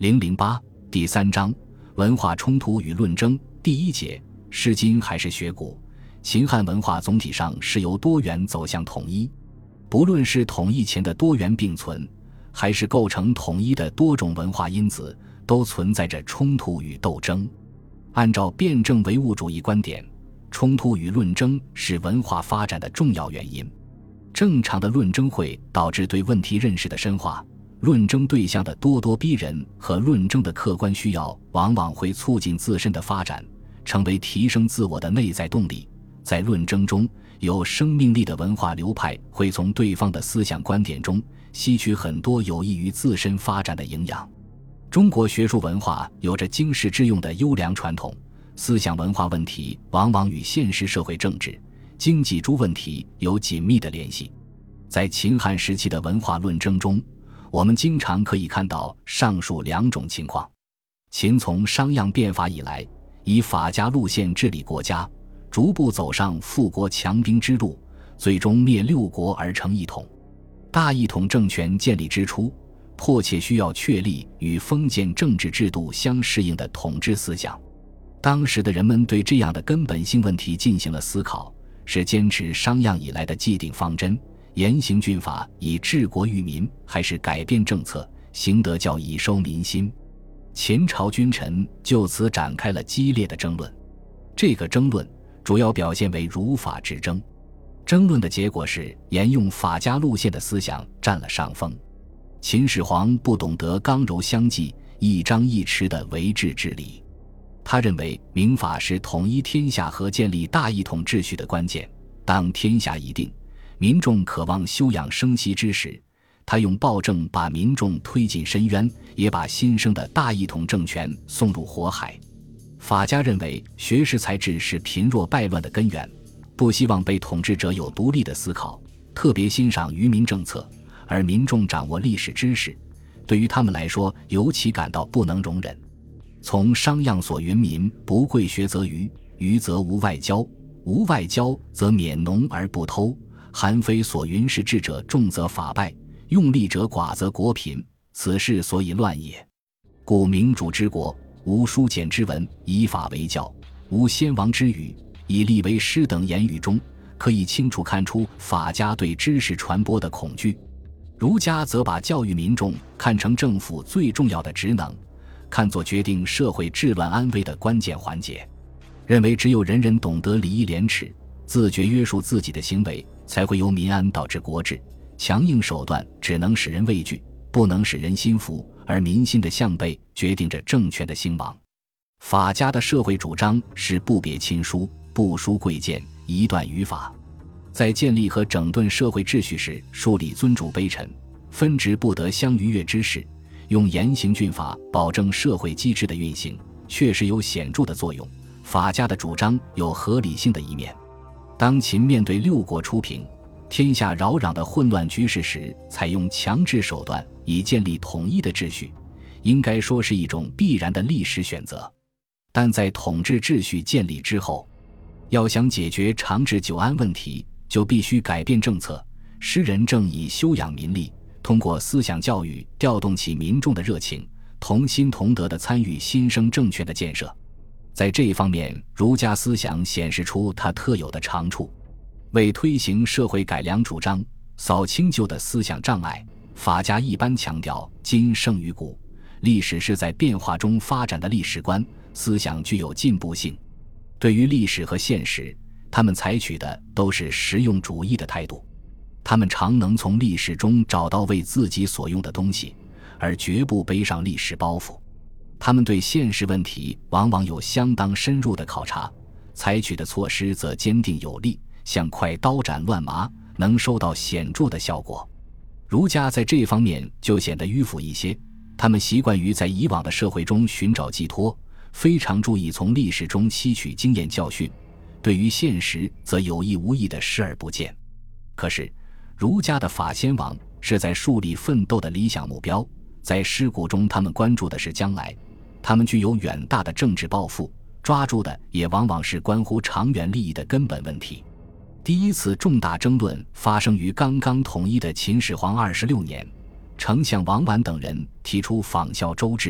008第3章文化冲突与论争第1节诗今还是学古。秦汉文化总体上是由多元走向统一，不论是统一前的多元并存，还是构成统一的多种文化因子，都存在着冲突与斗争。按照辩证唯物主义观点，冲突与论争是文化发展的重要原因。正常的论争会导致对问题认识的深化，论争对象的咄咄逼人和论争的客观需要往往会促进自身的发展，成为提升自我的内在动力。在论争中，有生命力的文化流派会从对方的思想观点中吸取很多有益于自身发展的营养。中国学术文化有着经世致用的优良传统，思想文化问题往往与现实社会政治、经济诸问题有紧密的联系。在秦汉时期的文化论争中，我们经常可以看到上述2种情况。秦从商鞅变法以来，以法家路线治理国家，逐步走上富国强兵之路，最终灭6国而成一统。大一统政权建立之初，迫切需要确立与封建政治制度相适应的统治思想。当时的人们对这样的根本性问题进行了思考，是坚持商鞅以来的既定方针，严刑峻法以治国育民，还是改变政策，行德教以收民心。秦朝君臣就此展开了激烈的争论。这个争论主要表现为儒法之争。争论的结果是沿用法家路线的思想占了上风。秦始皇不懂得刚柔相济、一张一弛的为治之理，他认为民法是统一天下和建立大一统秩序的关键。当天下已定，民众渴望休养生息之时，他用暴政把民众推进深渊，也把新生的大一统政权送入火海。法家认为学识才智是贫弱败乱的根源，不希望被统治者有独立的思考，特别欣赏愚民政策，而民众掌握历史知识，对于他们来说尤其感到不能容忍。从商鞅所云民不贵学则愚，愚则无外交，无外交则免农而不偷，韩非所云是智者众则法败，用力者寡则国贫，此事所以乱也。故民主之国，无书简之文，以法为教，无先王之语，以吏为师等言语中，可以清楚看出法家对知识传播的恐惧。儒家则把教育民众看成政府最重要的职能，看作决定社会治乱安危的关键环节，认为只有人人懂得礼义廉耻，自觉约束自己的行为，才会由民安导致国治。强硬手段只能使人畏惧，不能使人心服，而民心的向背决定着政权的兴亡。法家的社会主张是不别亲疏，不输贵贱，一断于法。在建立和整顿社会秩序时，树立尊主卑臣、分职不得相逾越之势，用严刑峻法保证社会机制的运行，确实有显著的作用。法家的主张有合理性的一面。当秦面对6国初平、天下扰攘的混乱局势时，采用强制手段以建立统一的秩序，应该说是一种必然的历史选择。但在统治秩序建立之后，要想解决长治久安问题，就必须改变政策。诗人正以修养民力，通过思想教育调动起民众的热情，同心同德地参与新生政权的建设。在这一方面，儒家思想显示出它特有的长处。为推行社会改良主张，扫清旧的思想障碍，法家一般强调今胜于古，历史是在变化中发展的历史观，思想具有进步性。对于历史和现实，他们采取的都是实用主义的态度。他们常能从历史中找到为自己所用的东西，而绝不背上历史包袱。他们对现实问题往往有相当深入的考察，采取的措施则坚定有力，像块刀斩乱麻，能收到显著的效果。儒家在这方面就显得迂腐一些，他们习惯于在以往的社会中寻找寄托，非常注意从历史中吸取经验教训，对于现实则有意无意地视而不见。可是儒家的法先王是在树立奋斗的理想目标，在诗古中他们关注的是将来，他们具有远大的政治抱负，抓住的也往往是关乎长远利益的根本问题。第一次重大争论发生于刚刚统一的秦始皇26年，丞相王绾等人提出仿效周制，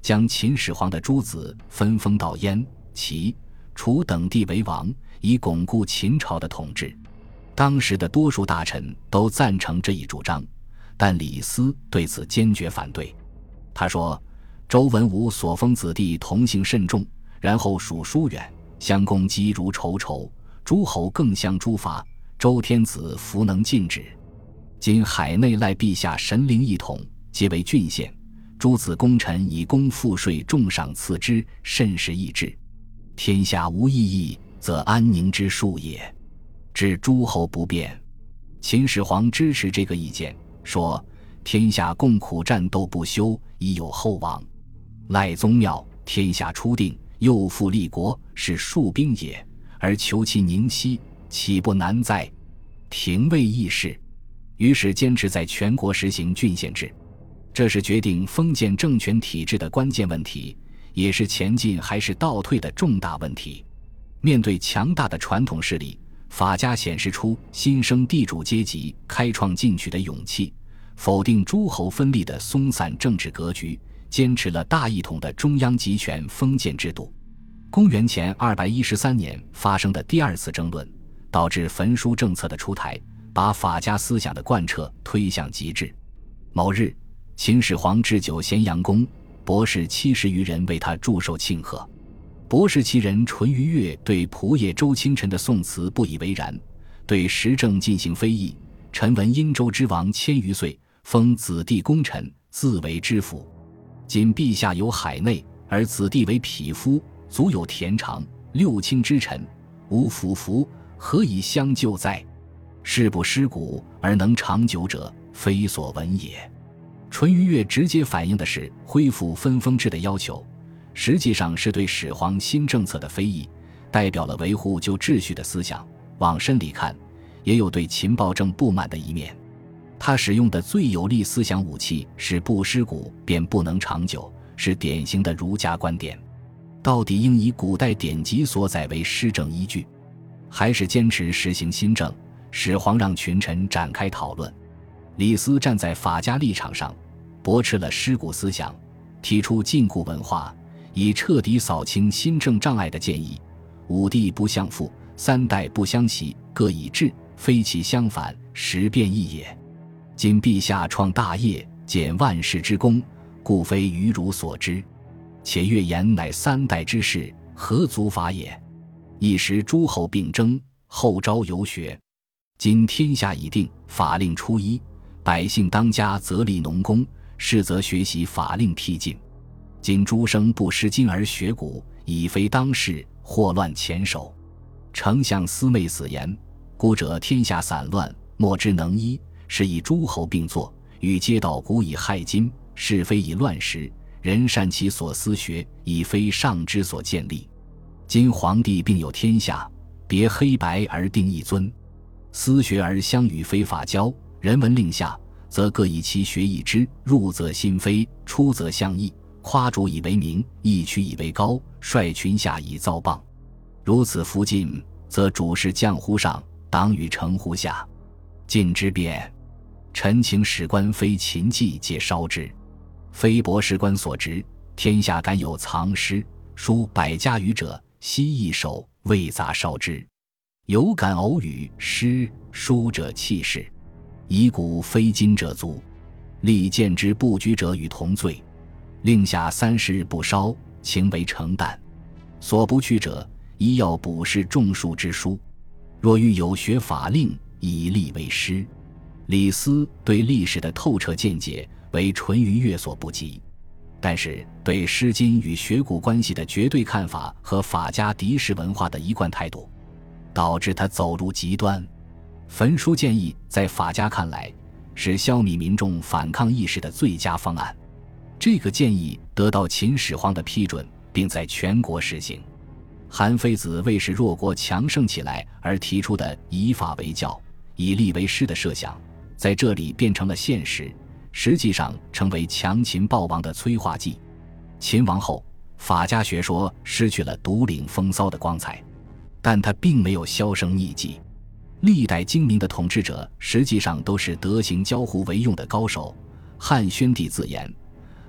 将秦始皇的诸子分封到燕、齐、楚等地为王，以巩固秦朝的统治。当时的多数大臣都赞成这一主张，但李斯对此坚决反对。他说，周文武所封子弟同姓甚重，然后属疏远，相攻击如仇仇，诸侯更相诛伐，周天子弗能禁止。今海内赖陛下神灵一统，皆为郡县，诸子功臣以功赋税重赏赐之，甚是益智。天下无异议，则安宁之术也。致诸侯不变。秦始皇支持这个意见，说天下共苦战斗不休，已有后王。赖宗庙，天下初定，又复立国，是戍兵也，而求其宁息，岂不难哉？廷尉议事，于是坚持在全国实行郡县制。这是决定封建政权体制的关键问题，也是前进还是倒退的重大问题。面对强大的传统势力，法家显示出新生地主阶级开创进取的勇气，否定诸侯分立的松散政治格局，坚持了大一统的中央集权封建制度。公元前213年发生的第二次争论，导致焚书政策的出台，把法家思想的贯彻推向极致。某日，秦始皇置酒咸阳宫，博士70余人为他祝寿庆贺。博士其人淳于越对仆射周清晨的宋词不以为然，对时政进行非议。臣闻殷周之王千余岁，封子弟功臣，自为知府。今陛下有海内，而子弟为匹夫，足有田常、六卿之臣，无辅服，何以相救哉？事不失古而能长久者，非所闻也。淳于越直接反映的是恢复分封制的要求，实际上是对始皇新政策的非议，代表了维护旧秩序的思想。往深里看，也有对秦暴政不满的一面。他使用的最有力思想武器是不失古便不能长久，是典型的儒家观点。到底应以古代典籍所载为施政依据，还是坚持实行新政？始皇让群臣展开讨论。李斯站在法家立场上，驳斥了失古思想，提出禁锢文化，以彻底扫清新政障碍的建议。五帝不相父，三代不相袭，各以治，非其相反，实变异也。今陛下创大业，减万世之功，故非愚儒所知。且越言乃三代之事，何足法也？一时诸侯并争，后招游学。今天下已定，法令初一，百姓当家则立农工，士则学习法令辟禁。今诸生不识今而学古，已非当世，祸乱前首。丞相思昧死言，古者天下散乱，莫之能依，是以诸侯并作，与皆道古以害今，是非以乱时，人善其所思学，已非上之所建立。今皇帝并有天下，别黑白而定一尊，思学而相与非法交，人闻令下，则各以其学异之，入则心非，出则相异，夸主以为名，义取以为高，率群下以造谤。如此夫晋，则主事降乎上，党羽承乎下。晋之变，臣请史官非秦纪皆烧之，非博士官所职。天下敢有藏诗书100家余者，悉一手未杂烧之。有敢偶语诗书者弃世，以古非今者卒。立见之不居者与同罪。令下30日不烧，情为承担。所不去者，宜要补释众数之书。若欲有学法令，以立为师。李斯对历史的透彻见解为淳于越所不及，但是对《诗经》与学古关系的绝对看法和法家敌视文化的一贯态度，导致他走入极端。焚书建议在法家看来是消弭民众反抗意识的最佳方案。这个建议得到秦始皇的批准，并在全国实行。韩非子为使弱国强盛起来而提出的以法为教，以吏为师的设想，在这里变成了现实，实际上成为强秦暴亡的催化剂。秦亡后，法家学说失去了独领风骚的光彩，但它并没有销声匿迹。历代精明的统治者实际上都是德行交互为用的高手。汉宣帝自言，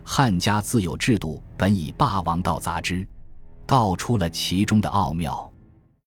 汉家自有制度，本以霸王道杂之，道出了其中的奥妙。